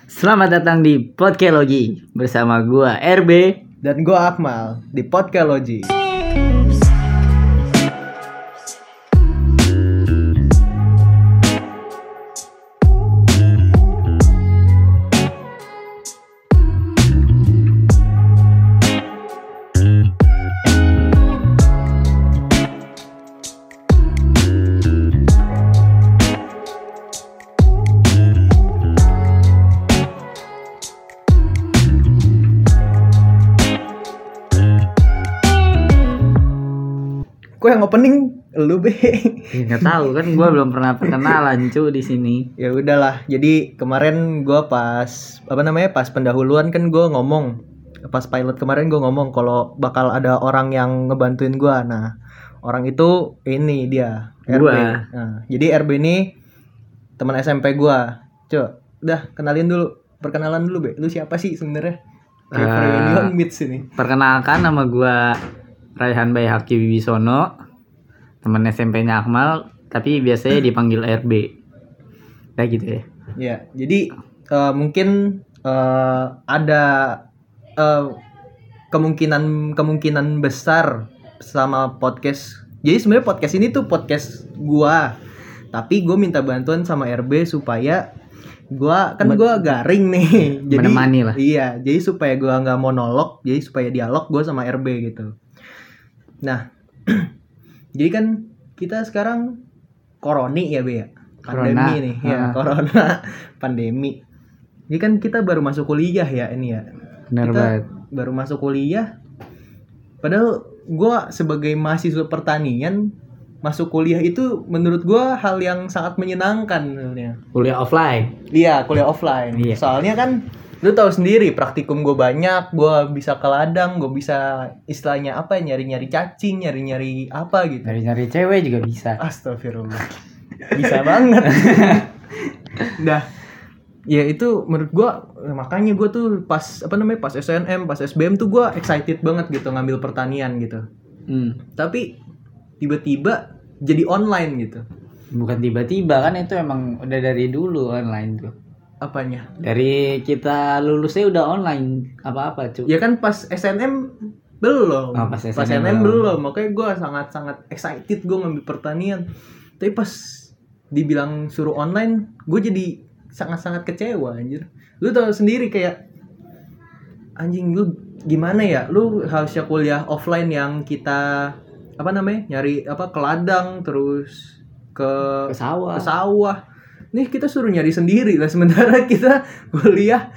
Selamat datang di Podkelogi bersama gua RB. Dan gue Akmal di Podkelogi. Gue yang opening lu be. Nggak tahu kan, gua belum pernah perkenalan di sini. Ya udahlah. Jadi kemarin gue pas pas pendahuluan kan gue ngomong, pas pilot kemarin gue ngomong kalau bakal ada orang yang ngebantuin gue. Nah, orang itu ini dia RB. Gua. Nah, jadi RB ini teman SMP gue. Coba, udah perkenalan dulu be. Lu siapa sih sebenarnya? Reunion Meets ini. Perkenalkan, nama gua Raihan Bayhaki Wibisono, teman SMP-nya Akmal, tapi biasanya dipanggil RB. Kayak gitu ya. Ya, jadi mungkin ada kemungkinan besar sama podcast. Jadi sebenarnya podcast ini tuh podcast gua, tapi gue minta bantuan sama RB supaya gua garing nih. Jadi menemani lah. Iya, jadi supaya gua nggak monolog, jadi supaya dialog gua sama RB gitu. Nah, jadi kan kita sekarang koroni ya be ya, pandemi nih ya, corona pandemi. Jadi kan kita baru masuk kuliah ya ini ya. Benar Kita banget. baru masuk kuliah. Padahal gue sebagai mahasiswa pertanian masuk kuliah itu menurut gue hal yang sangat menyenangkan sebenarnya. Kuliah offline. Iya, kuliah offline. Iya. Soalnya kan lu tahu sendiri praktikum gue banyak, gue bisa ke ladang, gue bisa istilahnya apa ya, nyari-nyari cacing, nyari-nyari apa gitu. Nyari-nyari cewek juga bisa. Astagfirullah. Bisa banget. Nah, ya itu menurut gue, makanya gue tuh pas pas SNM, pas SBM tuh gue excited banget gitu ngambil pertanian gitu. Tapi tiba-tiba jadi online gitu. Bukan tiba-tiba, kan itu emang udah dari dulu online tuh. Apanya? Dari kita lulusnya udah online apa-apa cuy. Ya kan pas SNM belum. Oh, pas Pas SNM SNM belum. belum. Makanya gue sangat-sangat excited gue ngambil pertanian. Tapi pas dibilang suruh online, gue jadi sangat-sangat kecewa anjir. Lu tau sendiri kayak anjing, lu gimana ya? Lu harusnya kuliah offline yang kita nyari ke ladang, terus ke sawah. Nih kita suruh nyari sendiri lah, sementara kita kuliah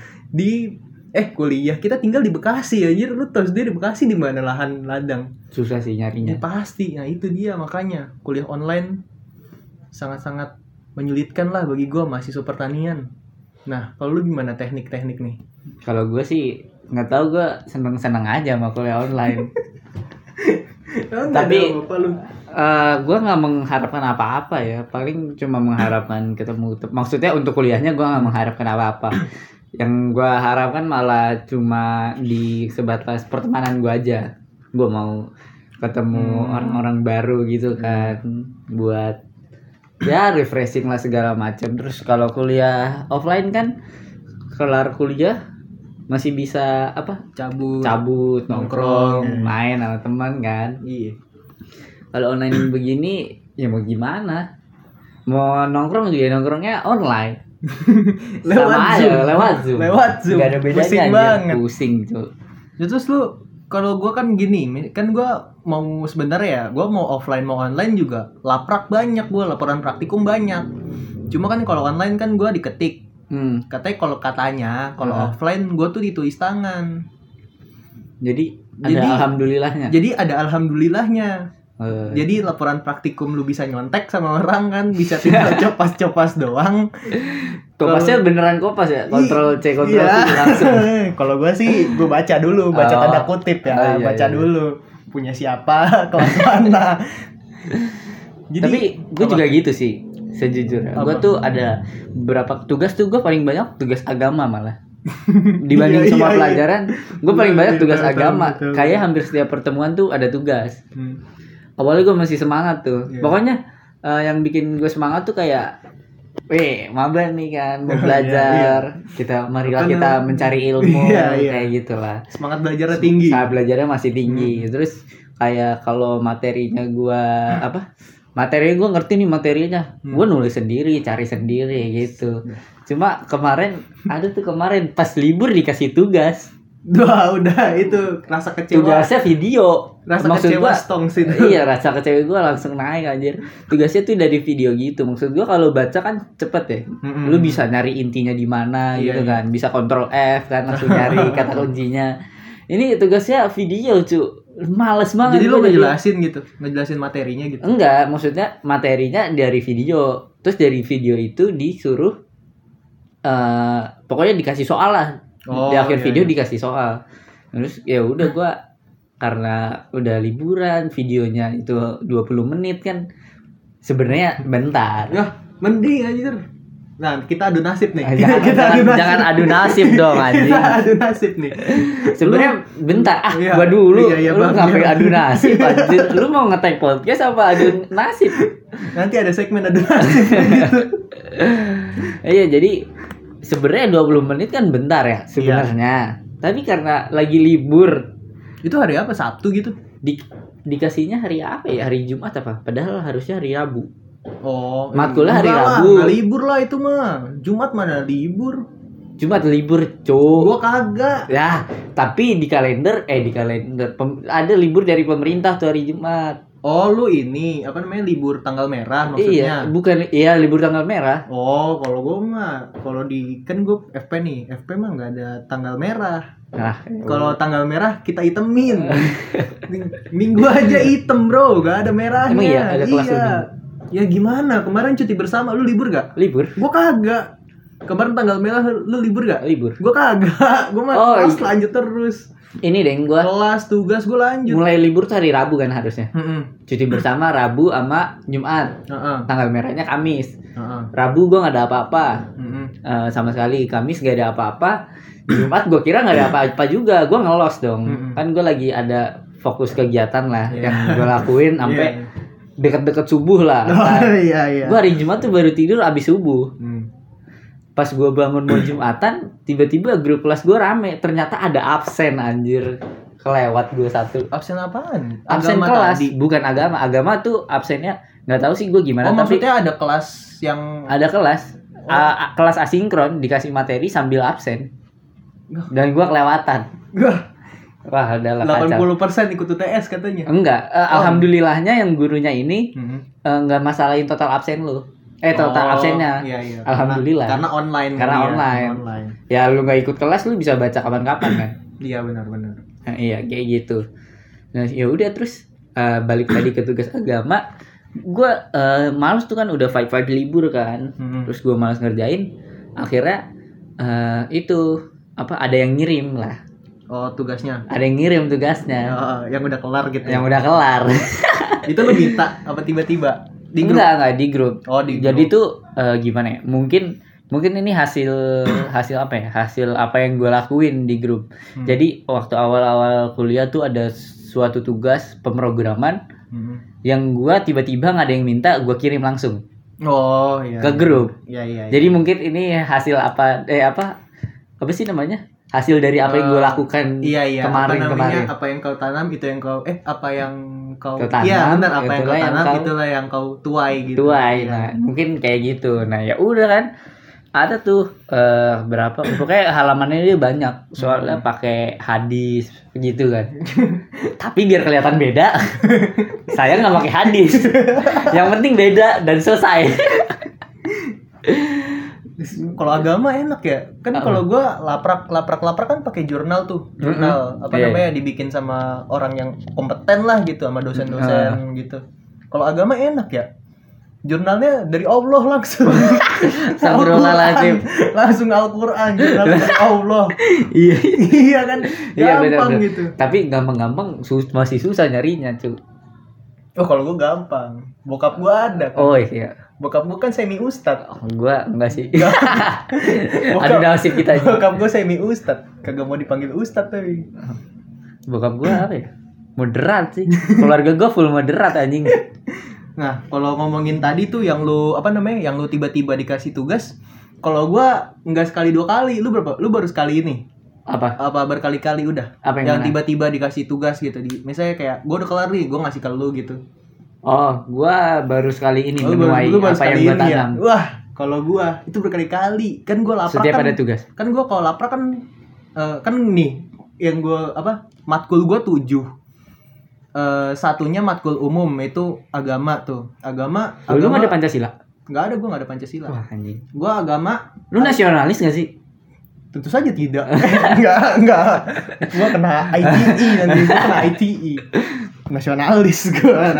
kita tinggal di Bekasi anjir. Lu tahu sendiri Bekasi di mana lahan ladang. Susah sih nyarinya. Ya pasti. Nah, itu dia makanya kuliah online sangat-sangat menyulitkan lah bagi gua mahasiswa pertanian. Nah, kalau lu gimana teknik-teknik nih? Kalau gue sih nggak tahu, gue seneng-seneng aja sama kuliah online. Tapi gue nggak mengharapkan apa-apa ya, paling cuma mengharapkan ketemu. Maksudnya untuk kuliahnya gue nggak mengharapkan apa-apa. Yang gue harapkan malah cuma di sebatas pertemanan gue aja. Gue mau ketemu orang-orang baru gitu kan, buat ya refreshing lah segala macam. Terus kalau kuliah offline kan kelar kuliah masih bisa cabut nongkrong, main sama teman kan. Iya. Kalau online begini ya mau gimana? Mau nongkrong juga nongkrongnya online. Lewat Zoom. Gak ada bedanya. Pusing banget. Pusing tuh. Terus lu, kalau gue kan gini, kan gue mau sebenarnya gue mau offline mau online juga laprak banyak, gue laporan praktikum banyak. Cuma kan kalau online kan gue diketik. Katanya kalau offline gue tuh ditulis tangan. Jadi alhamdulillahnya. Jadi ada alhamdulillahnya. Jadi laporan praktikum lu bisa nyontek sama orang kan, bisa tinggal copas doang. Kopasnya beneran kopas ya, Ctrl C Ctrl V langsung. Kalau gue sih gue baca dulu, tanda kutip ya, iya. dulu punya siapa, kelas mana. Jadi, tapi gue juga gitu sih sejujurnya. Gue tuh ada beberapa tugas tuh gue paling banyak tugas agama malah. Dibanding semua pelajaran, gue paling banyak tugas agama. Kayak hampir setiap pertemuan tuh ada tugas. Awalnya gue masih semangat tuh. Pokoknya yang bikin gue semangat tuh kayak maba nih kan, mau Iya, belajar. Marilah Makanya- kita mencari ilmu Iya, iya. kayak gitulah. Semangat belajarnya tinggi. Saat belajarnya masih tinggi. Terus kayak kalau materinya gua materinya gua ngerti nih materinya. Gua nulis sendiri, cari sendiri gitu. Cuma kemarin pas libur dikasih tugas. Wah, udah itu rasa kecewa. Tugasnya video. Rasa Maksud kecewa gua, stong sih. iya, rasa kecewa gue langsung naik anjir. Tugasnya tuh dari video gitu. Maksud gue kalau baca kan cepet ya. Mm-mm. Lu bisa nyari intinya di mana Iya, gitu iya. kan. Bisa kontrol F kan langsung nyari kata kuncinya. Ini tugasnya video, cu. Males banget. Jadi lo gua ngejelasin materinya gitu. Enggak, maksudnya materinya dari video. Terus dari video itu disuruh pokoknya dikasih soal lah. Oh, Di akhir iya, video iya. dikasih soal. Terus ya udah gua karena udah liburan, videonya itu 20 menit kan. Sebenarnya bentar. Ya, mending anjir. Nah, kita adu nasib nih. Jangan adu nasib dong anjing. Kita adu nasib nih. Sebenarnya bentar. Iya. Gua dulu. Iya, Lu Bang. ngapain Iya. adu nasib anjir? Lu mau nge-tag podcast apa adu nasib? Nanti ada segmen adu nasib gitu. Iya, jadi sebenarnya 20 menit kan bentar ya sebenarnya. Tapi karena lagi libur, Itu hari apa? Sabtu gitu. dikasihnya hari apa ya? Hari Jumat apa? Padahal harusnya hari Rabu. Oh, Matkulnya hari enggak lah, Rabu. nggak libur lah itu mah. Jumat mana libur? Jumat libur, cuk. Gua kagak. Ya, tapi di kalender ada libur dari pemerintah tuh hari Jumat. Oh, lu ini apa namanya libur tanggal merah Iya, maksudnya? bukan libur tanggal merah. Oh, kalau gua mah kalau kan gua FP nih. FP mah nggak ada tanggal merah. Nah, Kalau tanggal merah kita itemin. Minggu aja item, Bro. Gak ada merahnya. Emang iya? Ada kelas Iya. Ya gimana? Kemarin cuti bersama lu libur gak? libur, Gua kagak. Kemarin tanggal merah lu libur gak? libur. Gua kagak. Gua mah Oh, kelas iya. lanjut terus. Ini deh gua Kelas tugas gua lanjut. mulai libur tuh hari Rabu kan harusnya. Heeh. Cuti bersama Rabu sama Jumat. Heeh. Tanggal merahnya Kamis. Heeh. Rabu gua nggak ada apa-apa. Heeh. Sama sekali. Kamis gak ada apa-apa. Jumat gue kira nggak ada apa-apa juga. Gue ngelos dong. Mm-mm. Kan gue lagi ada fokus kegiatan lah Iya. yang gue lakuin sampai Iya. deket-deket subuh lah. Oh, iya iya. Gue hari Jumat tuh baru tidur abis subuh. Hmm. Pas gue bangun mau Jumatan, tiba-tiba grup kelas gue rame. Ternyata ada absen anjir. Kelewat gue satu. Absen apaan? Absen Agama kelas, tadi. bukan agama. Agama tuh absennya nggak tahu sih gue gimana. Oh, tapi maksudnya ada kelas yang ada kelas. Kelas asinkron dikasih materi sambil absen. Dan gue kelewatan. Wah, udah lah kacau. 80% ikut UTS katanya. Enggak, alhamdulillahnya yang gurunya ini enggak masalahin total absen lu. Total absennya. Iya, iya. Alhamdulillah. Karena online. Karena kan dia, online. Ya lu nggak ikut kelas lu bisa baca kapan-kapan kan. Iya benar-benar. Nah, iya kayak gitu. Nah, ya udah terus balik tadi ke tugas agama. Gua males tuh kan udah vibe libur kan. Terus gua malas ngerjain. Akhirnya itu ada yang ngirim lah. Oh, tugasnya. Ada yang ngirim tugasnya. Yang udah kelar gitu. Yang udah kelar. Itu lu minta apa tiba-tiba? Di grup? Enggak di grup. Oh, di Jadi grup. tuh gimana ya? Mungkin ini hasil apa ya? Hasil apa yang gue lakuin di grup. Jadi waktu awal-awal kuliah tuh ada suatu tugas pemrograman yang gue tiba-tiba nggak ada yang minta, gue kirim langsung Oh, iya. ke grup. Iya. Jadi mungkin ini hasil apa sih namanya? Hasil dari apa yang gue lakukan kemarin. Apa yang kau tanam itu yang kau apa yang kau tanam, iya benar, apa yang kau itulah yang tanam kau- itulah yang kau tuai gitu. Tuai. Iya. Nah, mungkin kayak gitu. Nah, ya udah kan. Ada tuh berapa? Pokoknya halamannya dia banyak. Soalnya pakai hadis gitu kan. Tapi biar kelihatan beda, saya nggak pakai hadis. Yang penting beda dan selesai. Kalau agama enak ya. Kan Apa? kalau gua laprak kan pakai jurnal tuh. Jurnal Iya. namanya dibikin sama orang yang kompeten lah gitu, sama dosen-dosen gitu. Kalau agama enak ya. Jurnalnya dari Allah langsung. Astagfirullahaladzim. Langsung Al-Qur'an, jurnal dari Allah. Iya. Iya kan? Iya Gampang benar. gitu. Tapi gampang-gampang masih susah nyarinya, cu. Oh, kalau gua gampang. Bokap gua ada kan. Oh iya. Bokap gua kan semi ustad. Gua enggak sih. Aduh nasib kita. Bokap gua semi ustad. Kagak mau dipanggil ustad tapi. Bokap gua apa ya? Moderat sih. Keluarga gua full moderat anjing. Nah, kalau ngomongin tadi tuh yang lu apa namanya? Yang lu tiba-tiba dikasih tugas, kalau gua nggak sekali 2 kali, lu berapa? Lu baru sekali ini. Apa berkali-kali udah? Apa yang mana? tiba-tiba dikasih tugas gitu misalnya kayak gua udah kelar nih, gua ngasih ke lu gitu. Oh, gua baru sekali ini Oh, menuai lu baru apa yang sekali gua ini ya? tanam. Wah, kalau gua itu berkali-kali. Kan gua laprak Setiap kan. ada tugas. Kan gua kalau laprak kan kan nih yang gua apa? Matkul gua 7. Satunya matkul umum itu agama tuh. Agama Lu nggak ada Pancasila? Nggak ada, gua nggak ada Pancasila. Wah, anjing. Gua agama. Lu nasionalis gak sih? Tentu saja tidak. Enggak. Gua kena ITE nanti, gua kena ITE. Nasionalis.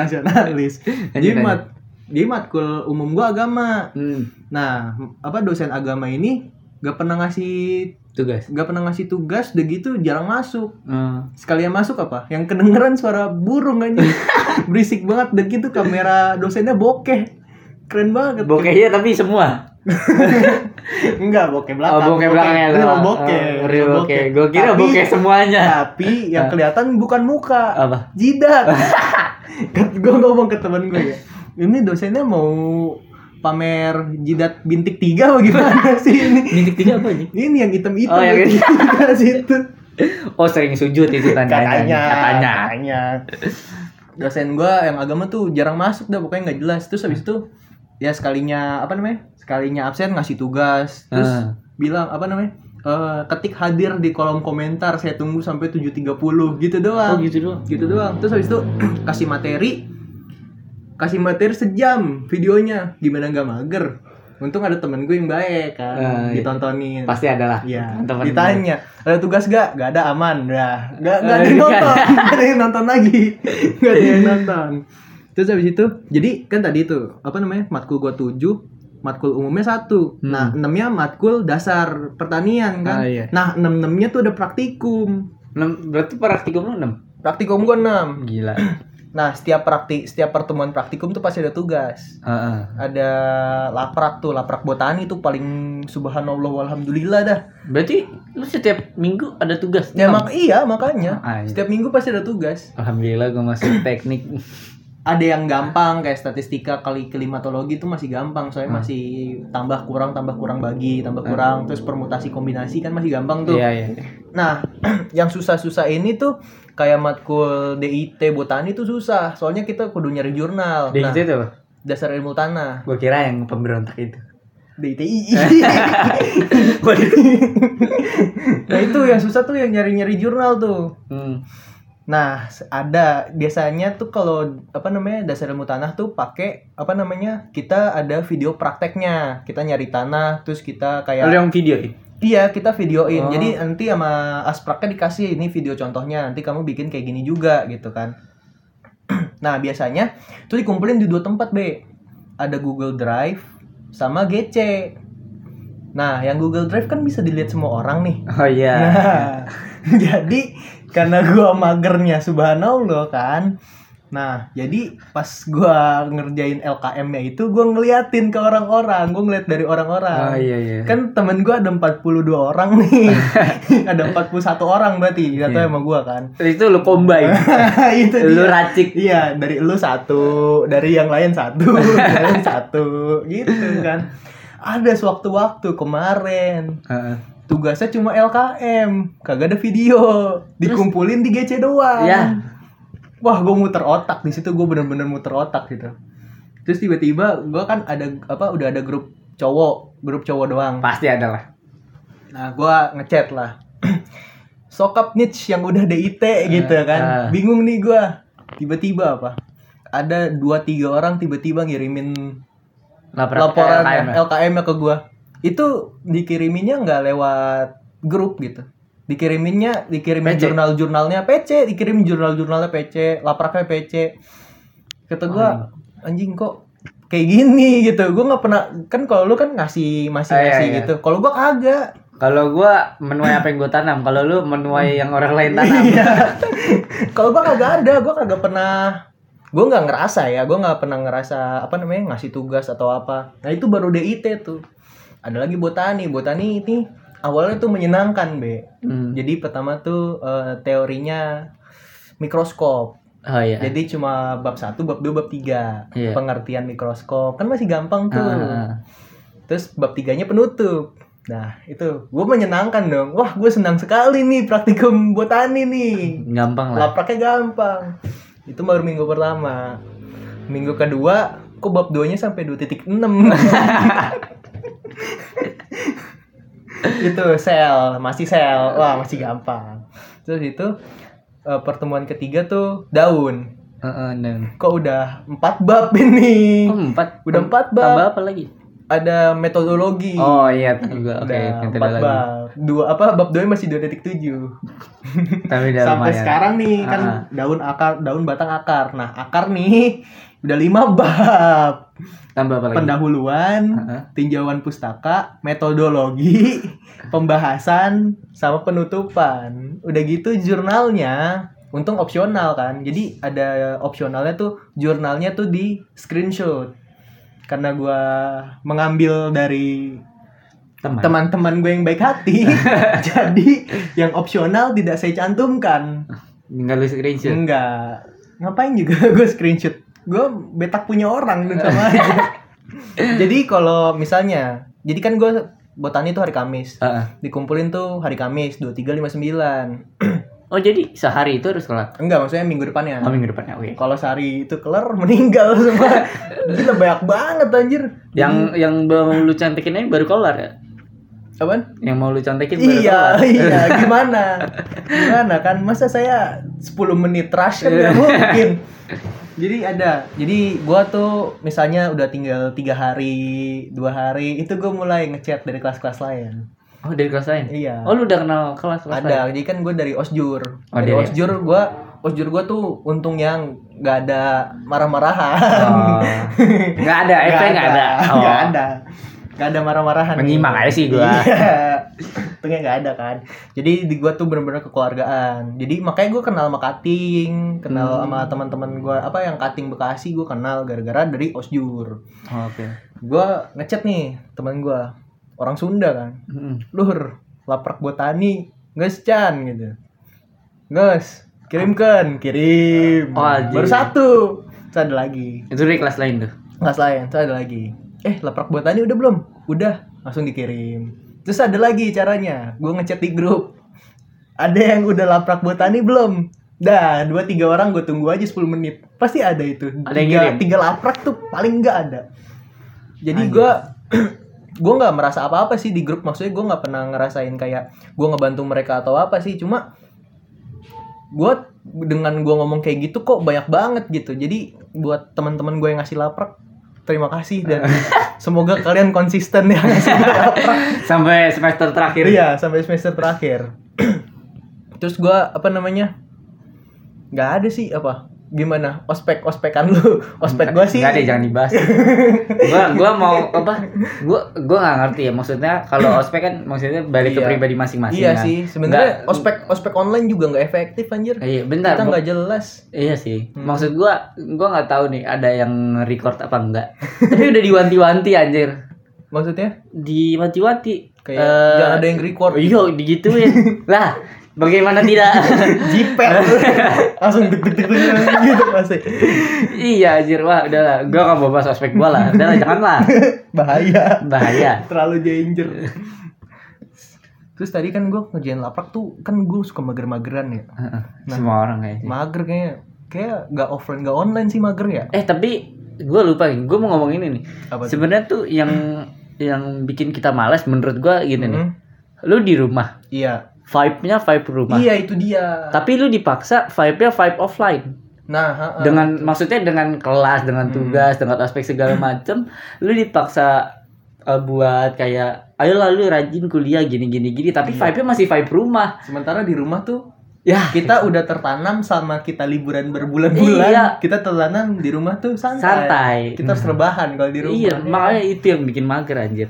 Jadi matkul umum gua agama. Nah, apa dosen agama ini gak pernah ngasih tugas, udah gitu jarang masuk. Sekalian masuk apa? Yang kedengeran suara burung aja. Berisik banget, udah gitu kamera dosennya bokeh. Keren banget. Bokehnya tapi semua. Enggak, bokeh belakang. Oh, bokeh belakangnya. Real bokeh. Real bokeh. Gua kira bokeh semuanya. Tapi yang kelihatan bukan muka. Apa? Jidat. Gue ngomong ke temen gue ya. Ini dosennya mau pamer jidat bintik 3 apa gimana sih ini? Bintik 3 apa aja? Ini yang hitam-hitam. Oh, yang itu. Situ. Oh, sering sujud itu Katanya. Dosen gue yang agama tuh jarang masuk dah, pokoknya nggak jelas. Terus habis itu ya sekalinya absen ngasih tugas, terus bilang ketik hadir di kolom komentar, saya tunggu sampai 7.30 gitu doang. Oh, gitu doang. Terus habis itu kasih materi sejam videonya, gimana nggak mager. Untung ada temen gue yang baik kan, ditontonin. Pasti ada lah. Iya. Ditanya, ada tugas gak? Gak ada, aman. Nah, gak ada yang nonton. Gak ada yang nonton lagi. Gak ada yang nonton. Terus habis itu, jadi kan tadi tuh matkul gua 7, matkul umumnya 1. Nah, 6-nya matkul dasar pertanian kan. Iya. Nah, 6-6-nya tuh ada praktikum. 6, berarti praktikum lu 6. Praktikum gua 6. Gila. Nah, setiap pertemuan praktikum tuh pasti ada tugas. Ada laprak botani tuh paling subhanallah walhamdulillah dah. Berarti lu setiap minggu ada tugas? Ya makanya. Setiap minggu pasti ada tugas. Alhamdulillah gue masuk teknik. Ada yang gampang kayak statistika kali klimatologi itu masih gampang, soalnya masih tambah kurang bagi, terus permutasi kombinasi kan masih gampang tuh. Iya. Nah, yang susah-susah ini tuh kayak matkul DIT botani tuh susah, soalnya kita kudu nyari jurnal. DIT itu apa? Dasar ilmu tanah. Gue kira yang pemberontak itu. DITI. Nah, itu yang susah tuh yang nyari-nyari jurnal tuh. Nah, ada biasanya tuh kalau dasar ilmu tanah tuh pakai kita ada video prakteknya. Kita nyari tanah, terus kita kayak yang video ya? Iya, kita videoin. Jadi nanti sama aspraknya dikasih ini video contohnya. Nanti kamu bikin kayak gini juga gitu kan. Nah, biasanya tuh dikumpulin di 2 tempat, Be. Ada Google Drive sama GC. Nah, yang Google Drive kan bisa dilihat semua orang nih. Oh iya. Nah, jadi karena gua magernya subhanallah kan. Nah, jadi pas gua ngerjain LKM-nya itu gua ngeliatin ke orang-orang, gua ngeliat dari orang-orang. Oh iya. Kan temen gua ada 42 orang nih. Ada 41 orang berarti, jatuh sama gua kan. Itu lu combine. Itu lu dia. racik. Iya, dari lu 1, dari yang lain 1, dari yang lain 1 gitu kan. Ada sewaktu-waktu kemarin. Tugasnya cuma LKM, kagak ada video, dikumpulin di GC doang. Ya. Wah, gue muter otak di situ, gue bener-bener muter otak gitu. Terus tiba-tiba gue kan udah ada grup cowok doang. Pasti ada lah. Nah, gue ngechat lah. Sokap niche yang udah DIT gitu kan. Bingung nih gue. Tiba-tiba ada 2-3 orang tiba-tiba ngirimin laporan LKM-nya ke gue. Itu dikiriminnya nggak lewat grup gitu, dikirimin jurnalnya PC, lapraknya PC. Kata gue, anjing kok kayak gini gitu. Gue nggak pernah kan, kalau lu kan ngasih gitu. Kalau gue kagak. Kalau gue menuai apa yang gue tanam, kalau lu menuai yang orang lain tanam. Kalau gue kagak ada, gue kagak pernah. Gue nggak pernah ngerasa ngasih tugas atau apa. Nah, itu baru DIT tuh. Ada lagi botani ini awalnya tuh menyenangkan, Be. Jadi pertama tuh teorinya mikroskop. Oh iya. Jadi cuma bab 1, bab 2, bab 3. Iya. Pengertian mikroskop. Kan masih gampang tuh. Ah. Terus bab 3-nya penutup. Nah, itu gue menyenangkan dong. Wah, gue senang sekali nih praktikum botani nih. Gampang lah. Lapraknya gampang. Itu baru minggu pertama. Minggu kedua, kok bab 2-nya sampai 2.6. Itu sel, masih sel. Wah, masih gampang. Terus itu pertemuan ketiga tuh daun. Dan. Kok udah 4 bab ini? Oh 4. Udah 4 bab. Tambah apa lagi? Ada metodologi. Oh iya juga. Oke, Udah 4 metodologi. bab. Bab 2 masih 2.7. Tapi udah Sampai lumayan. sekarang nih kan daun akar, daun batang akar. Nah, akar nih udah 5 bab. Tambah apa lagi? Pendahuluan, tinjauan pustaka, metodologi, pembahasan, sama penutupan. Udah gitu jurnalnya, untung opsional kan. Jadi ada opsionalnya tuh, jurnalnya tuh di screenshot. Karena gua mengambil dari teman-teman gue yang baik hati, jadi yang opsional tidak saya cantumkan. Enggak lu screenshot. Enggak. Ngapain juga gue screenshot. Gue betak punya orang dan sama aja. Jadi kalau misalnya, jadi kan gue botani tuh hari Kamis. Dikumpulin tuh hari Kamis 2359. Oh jadi sehari itu harus kelar? Enggak, maksudnya minggu depannya. Oh minggu depannya, oke. Kalau sehari itu kelar meninggal semua. Gila banyak banget anjir. Yang mau lu cantikin ini baru kelar ya? Apaan? Yang mau lu cantikin baru kelar? Iya, gimana? Gimana kan? Masa saya 10 menit rush kan gak mungkin. Jadi gua tuh misalnya udah tinggal 3 hari, 2 hari, itu gua mulai ngechat dari kelas-kelas lain. Oh dari kelas lain? Iya. Oh lu udah kenal kelas-kelas lain? Ada, jadi kan gue dari Osjur. Oh, Dari dari Osjur gue tuh untung yang gak ada marah-marahan. Oh. Gak ada, efek gak ada. Oh. Gak ada marah-marahan. Menyimak aja sih gue. Iya. Untungnya gak ada kan. Jadi di gue tuh bener-bener kekeluargaan. Jadi makanya gue kenal sama Kating, kenal sama teman-teman gue yang Kating Bekasi, gue kenal gara-gara dari Osjur. Oh, oke. Gue ngechat nih teman gue, orang Sunda kan. Luhur, laprak botani, nges Chan gitu. Nges, kirim. Oh, Baru 1. Terus ada lagi. Itu dari kelas lain tuh? Kelas lain, terus ada lagi. Laprak botani udah belum? Udah, langsung dikirim. Terus ada lagi caranya, gue ngechat di grup. Ada yang udah laprak botani belum? Dah, 2-3 orang gue tunggu aja 10 menit. Pasti ada itu. Ada yang 3 laprak tuh paling enggak ada. Jadi gue nggak merasa apa-apa sih di grup, maksudnya gue nggak pernah ngerasain kayak gue ngebantu mereka atau apa sih, cuma gue dengan gue ngomong kayak gitu kok banyak banget gitu. Jadi buat teman-teman gue yang ngasih laprak, terima kasih dan semoga kalian konsisten ya ngasih laprak sampai semester terakhir. Iya, sampai semester terakhir. Terus gue nggak ada sih gimana ospekan lu? Ospek gua sih nggak ada, jangan dibahas. gua mau gua nggak ngerti ya, maksudnya kalau ospek kan maksudnya balik ke pribadi masing-masing. Iya kan? sih sebenarnya ospek online juga nggak efektif anjir. Iya bentar, kita nggak jelas. Iya sih maksud gua nggak tahu nih ada yang record apa enggak, tapi udah diwanti-wanti anjir. Maksudnya diwanti-wanti kayak jangan ada yang record. Iya digituin lah. Bagaimana tidak? Jiper langsung deg-deg gitu pasti. Iya anjir, wah udahlah, gua enggak mau bahas ospek gua lah. Udahlah janganlah. Bahaya. Terlalu danger. Terus tadi kan gua ngerjain laprak tuh, kan gua suka mager-mageran ya. Semua orang kayaknya. Mager kayak enggak offline enggak online sih mager ya. Tapi gua lupa, gua mau ngomong ini nih. Sebenarnya tuh yang bikin kita malas menurut gua gini nih. Lu di rumah. Iya. Vibe-nya vibe rumah. Iya itu dia. Tapi lu dipaksa vibe-nya vibe offline. Nah, dengan maksudnya dengan kelas, dengan tugas, dengan aspek segala macam, lu dipaksa buat kayak ayolah lu rajin kuliah gini, tapi vibe-nya masih vibe rumah. Sementara di rumah tuh ya kita udah tertanam sama kita liburan berbulan-bulan. Iya. Kita tertanam di rumah tuh santai. Kita harus rebahan kalau di rumah. Iya, makanya itu yang bikin mager anjir.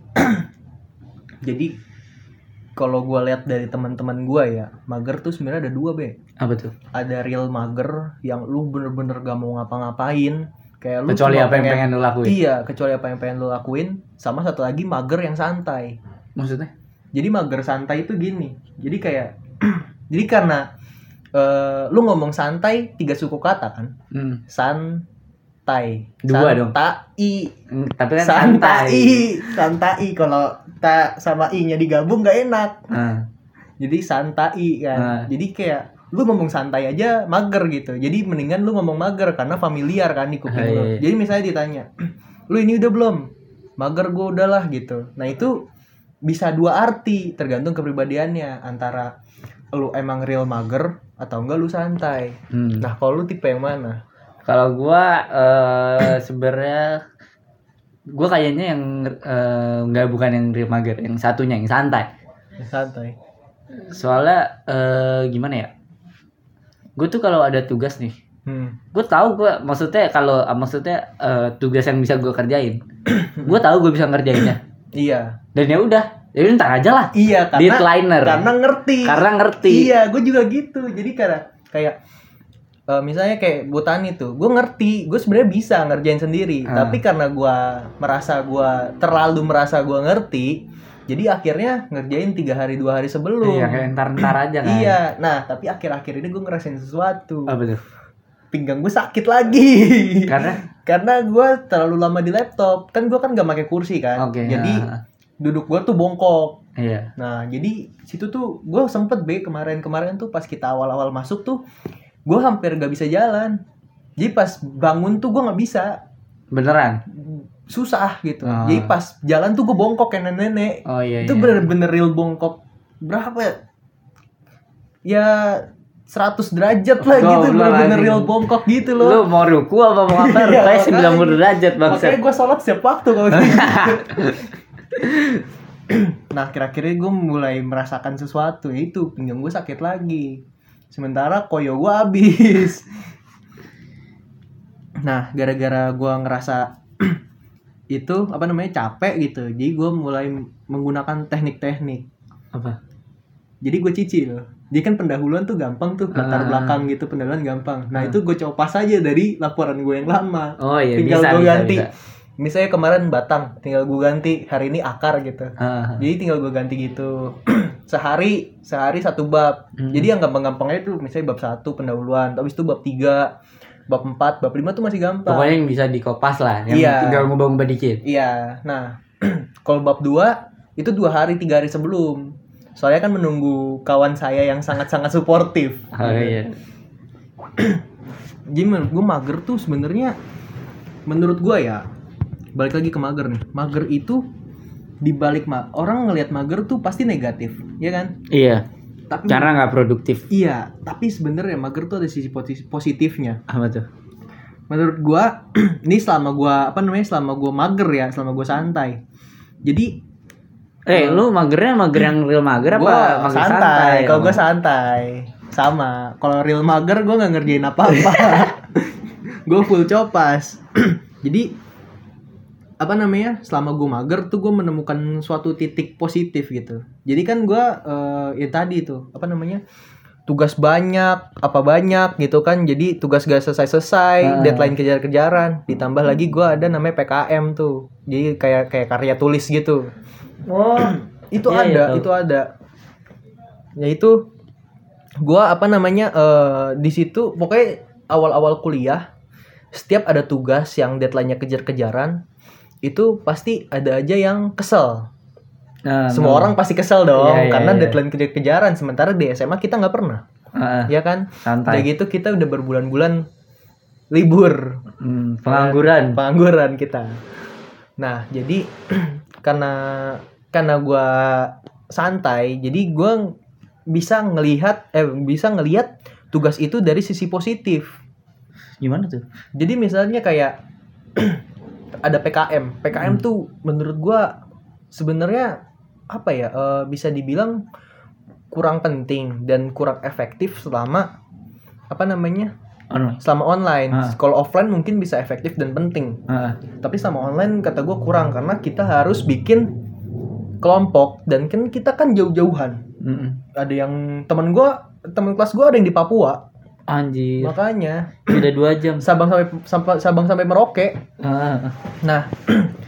Jadi kalau gue lihat dari teman-teman gue ya, mager tuh sebenarnya ada 2 be. Apa tuh? Ada real mager yang lu bener-bener gak mau ngapa-ngapain, kayak lu kecuali apa yang pengen lu lakuin. Iya, kecuali apa yang pengen lu lakuin. Sama satu lagi mager yang santai. Maksudnya? Jadi mager santai itu gini. Jadi kayak jadi karena lu ngomong santai 3 suku kata kan? Santai. Dua dong. Santai. Tapi kan santai. Santai. Kalau ta sama i-nya digabung nggak enak. Jadi santai kan. Jadi kayak lu ngomong santai aja mager gitu. Jadi mendingan lu ngomong mager karena familiar kan di kuping lu. Jadi misalnya ditanya, lu ini udah belum? Mager gue udahlah gitu. Nah itu bisa 2 arti tergantung kepribadiannya, antara lu emang real mager atau enggak lu santai. Nah kalau lu tipe yang mana? Kalau gua sebenarnya gua kayaknya yang bukan yang real mager, yang satunya yang santai. Santai. Soalnya gimana ya? Gue tuh kalau ada tugas nih, gue tahu maksudnya tugas yang bisa gue kerjain, gue tahu gue bisa ngerjainnya. Iya. Dan ya udah, jadi ntar aja lah. Iya, deadliner. Karena ngerti. Iya, gue juga gitu. Jadi kayak misalnya kayak botani tuh, gue ngerti, gue sebenarnya bisa ngerjain sendiri, tapi karena gue terlalu merasa gue ngerti, jadi akhirnya ngerjain 3 hari 2 hari sebelum. Iya, kayak ntar aja kan. Iya, nah tapi akhir-akhir ini gue ngerasain sesuatu. Apa tuh? Pinggang gue sakit lagi. Karena gue terlalu lama di laptop. Kan gue kan gak pakai kursi kan. Jadi duduk gue tuh bongkok. Iya. Nah jadi situ tuh gue sempet kemarin tuh pas kita awal-awal masuk tuh, gue hampir gak bisa jalan. Jadi pas bangun tuh gue gak bisa. Beneran? Susah gitu. Jadi pas jalan tuh gue bongkok kayak nenek-nenek. Itu bener-bener real bongkok. Berapa ya? Ya 100 derajat lah gitu. Bener-bener real bongkok gitu loh. Lu mau ruku apa mau apa? Rupanya 90 derajat bang. Makanya gue sholat setiap waktu kalau gitu. Nah kira-kira gue mulai merasakan sesuatu. Itu pinggang gue sakit lagi. Sementara koyo gue habis. Nah gara-gara gue ngerasa itu capek gitu, jadi gue mulai menggunakan teknik-teknik. Apa? Jadi gue cicil. Jadi kan pendahuluan tuh gampang tuh, latar belakang gitu, pendahuluan gampang. Nah itu gue copas aja dari laporan gue yang lama. Tinggal gue ganti. Misalnya kemarin batang, tinggal gue ganti. Hari ini akar gitu. Jadi tinggal gue ganti gitu. sehari 1 bab. Jadi yang gampang-gampangnya tuh misalnya bab 1 pendahuluan, habis itu bab 3, bab 4, bab 5 tuh masih gampang. Pokoknya yang bisa dikopas lah, yang tinggal ngubah-ngubah dikit. Iya. Nah, kalau bab 2 itu 2 hari 3 hari sebelum. Soalnya kan menunggu kawan saya yang sangat-sangat suportif. Iya. Jadi gue mager tuh sebenarnya menurut gue ya, balik lagi ke mager nih. Mager itu dibalik orang ngelihat mager tuh pasti negatif, ya kan? Iya. Tapi cara nggak produktif. Iya, tapi sebenarnya mager tuh ada sisi positifnya. Apa tuh? Menurut gua, ini selama gua mager ya, selama gua santai. Jadi lu magernya mager yang real mager apa mager santai? Kalau gua santai. Sama. Kalau real mager gua nggak ngerjain apa-apa. Gua full copas. Jadi selama gue mager tuh gue menemukan suatu titik positif gitu. Jadi kan gue ya tadi tuh tugas banyak gitu kan, jadi tugas gak selesai, deadline kejar-kejaran, ditambah lagi gue ada namanya PKM tuh, jadi kayak karya tulis gitu. Itu ada yaitu gue di situ pokoknya awal-awal kuliah setiap ada tugas yang deadline-nya kejar-kejaran itu pasti ada aja yang kesel. Semua orang pasti kesel dong, karena deadline kejar-kejaran. Sementara di SMA kita nggak pernah, ya kan? Santai. Udah gitu kita udah berbulan-bulan libur, pengangguran kita. Nah jadi karena gue santai, jadi gue bisa ngelihat tugas itu dari sisi positif. Gimana tuh? Jadi misalnya kayak ada PKM tuh menurut gua sebenarnya bisa dibilang kurang penting dan kurang efektif selama selama online. Kalau offline mungkin bisa efektif dan penting. Tapi sama online kata gua kurang, karena kita harus bikin kelompok dan kan kita kan jauh-jauhan. Ada yang teman kelas gua ada yang di Papua. Anjir. Makanya udah 2 jam Sabang sampai Merauke. Nah,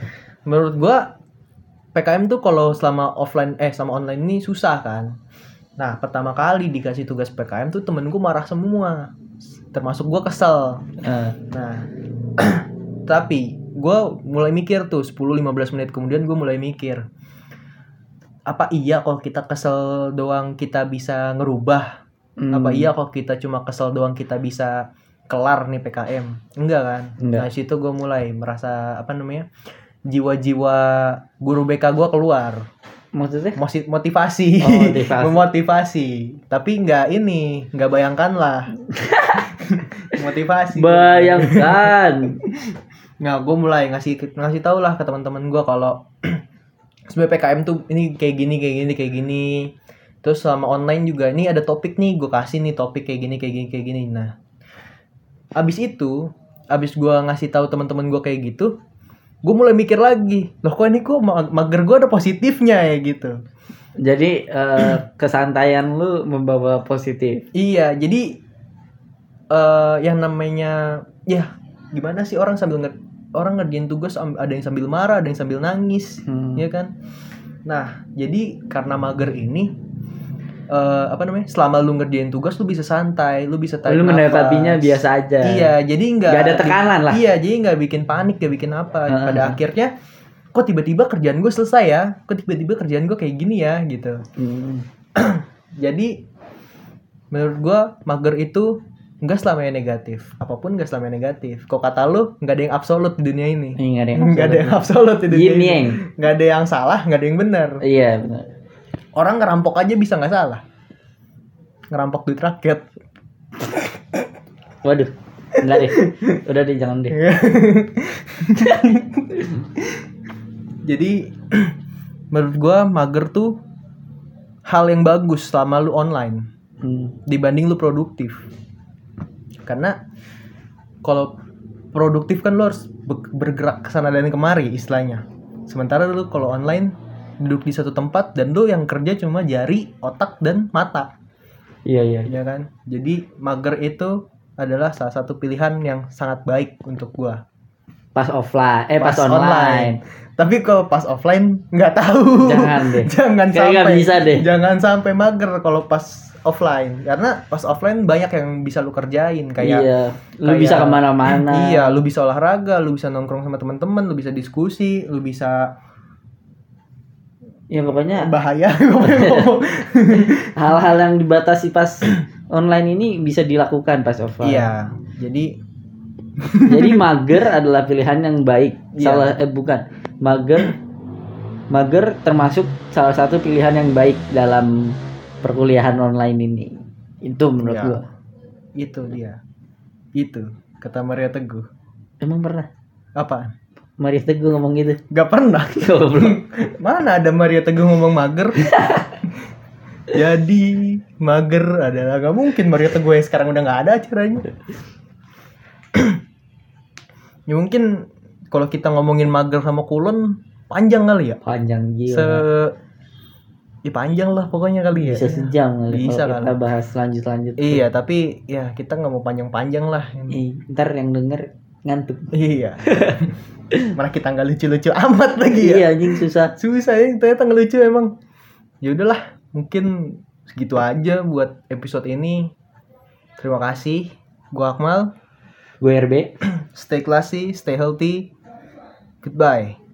menurut gua PKM tuh kalau selama online ini susah kan. Nah, pertama kali dikasih tugas PKM tuh temen gue marah semua. Termasuk gue kesel. Nah, tapi gue mulai mikir tuh 10-15 menit kemudian gue mulai mikir. Apa iya kalau kita kesel doang kita bisa ngerubah? Apa iya kalau kita cuma kesel doang kita bisa kelar nih PKM? Enggak kan? Enggak. Nah, situ gue mulai merasa jiwa-jiwa guru BK gue keluar. Maksudnya? Motivasi. Oh, motivasi. Memotivasi. Tapi nggak bayangkan lah. Motivasi. Bayangkan. Nah, gue mulai ngasih tahu lah ke teman-teman gue kalau sebenarnya PKM tuh ini kayak gini. Terus selama online juga ini ada topik nih, gue kasih nih topik kayak gini. Nah, abis gue ngasih tahu teman-teman gue kayak gitu, gue mulai mikir lagi, loh kok ini mager gue ada positifnya ya gitu. Jadi kesantaian lu membawa positif. Iya, jadi yang namanya ya gimana sih orang ngerjain tugas ada yang sambil marah, ada yang sambil nangis, ya kan. Nah, jadi karena mager ini selama lu ngerjain tugas lu bisa santai, lu bisa tarik lu nafas. menanggapinya biasa aja. Iya, jadi nggak ada tekanan lah. Iya, jadi nggak bikin panik, nggak bikin apa. Pada akhirnya kok tiba-tiba kerjaan gue selesai ya, kok tiba-tiba kerjaan gue kayak gini ya gitu. Jadi menurut gue mager itu nggak selamanya negatif, apapun nggak selamanya negatif. Kok kata lu nggak ada yang absolut di dunia ini. Nggak ada yang absolut di dunia ini. Nggak ada yang salah, nggak ada yang benar. Iya benar. Orang ngerampok aja bisa nggak salah. Ngerampok duit rakyat. Waduh, enggak deh. Udah deh, jangan deh. Jadi menurut gua mager tuh hal yang bagus selama lu online dibanding lu produktif. Karena kalau produktif kan lu harus bergerak ke sana dan kemari istilahnya. Sementara lu kalau online duduk di satu tempat dan lu yang kerja cuma jari, otak dan mata. Iya. Ya kan? Jadi mager itu adalah salah satu pilihan yang sangat baik untuk gua. Pas online. Tapi kalau pas offline nggak tahu. Jangan deh. Jangan kayak sampai. Gak bisa deh. Jangan sampai mager kalau pas offline. Karena pas offline banyak yang bisa lu kerjain kayak. Iya. Lu bisa kemana-mana. Iya, lu bisa olahraga, lu bisa nongkrong sama teman-teman, lu bisa diskusi, lu bisa. Ya pokoknya bahaya. Hal-hal yang dibatasi pas online ini bisa dilakukan pas offline. Iya. Jadi mager adalah pilihan yang baik. Bukan. Mager termasuk salah satu pilihan yang baik dalam perkuliahan online ini. Itu menurut gua. Itu dia. Itu kata Maria Teguh. Emang pernah? Apa? Maria Teguh ngomong gitu? Gak pernah. Mana ada Maria Teguh ngomong mager? Jadi mager adalah gak mungkin Maria Teguh yang sekarang udah gak ada acaranya. Ya mungkin kalau kita ngomongin mager sama kulon panjang kali ya. Panjang gila. Ya panjang lah pokoknya kali ya. Bisa sejam kali. Bisa kalau kita bahas lanjut. Iya tapi ya kita nggak mau panjang-panjang lah. Ntar yang denger ngantuk. Iya. Mana kita nggak lucu-lucu amat lagi ya. Iya anjing susah ya ternyata nggak lucu emang. Ya udahlah mungkin segitu aja buat episode ini. Terima kasih. Gua Akmal. Gue RB. Stay classy, stay healthy. Goodbye.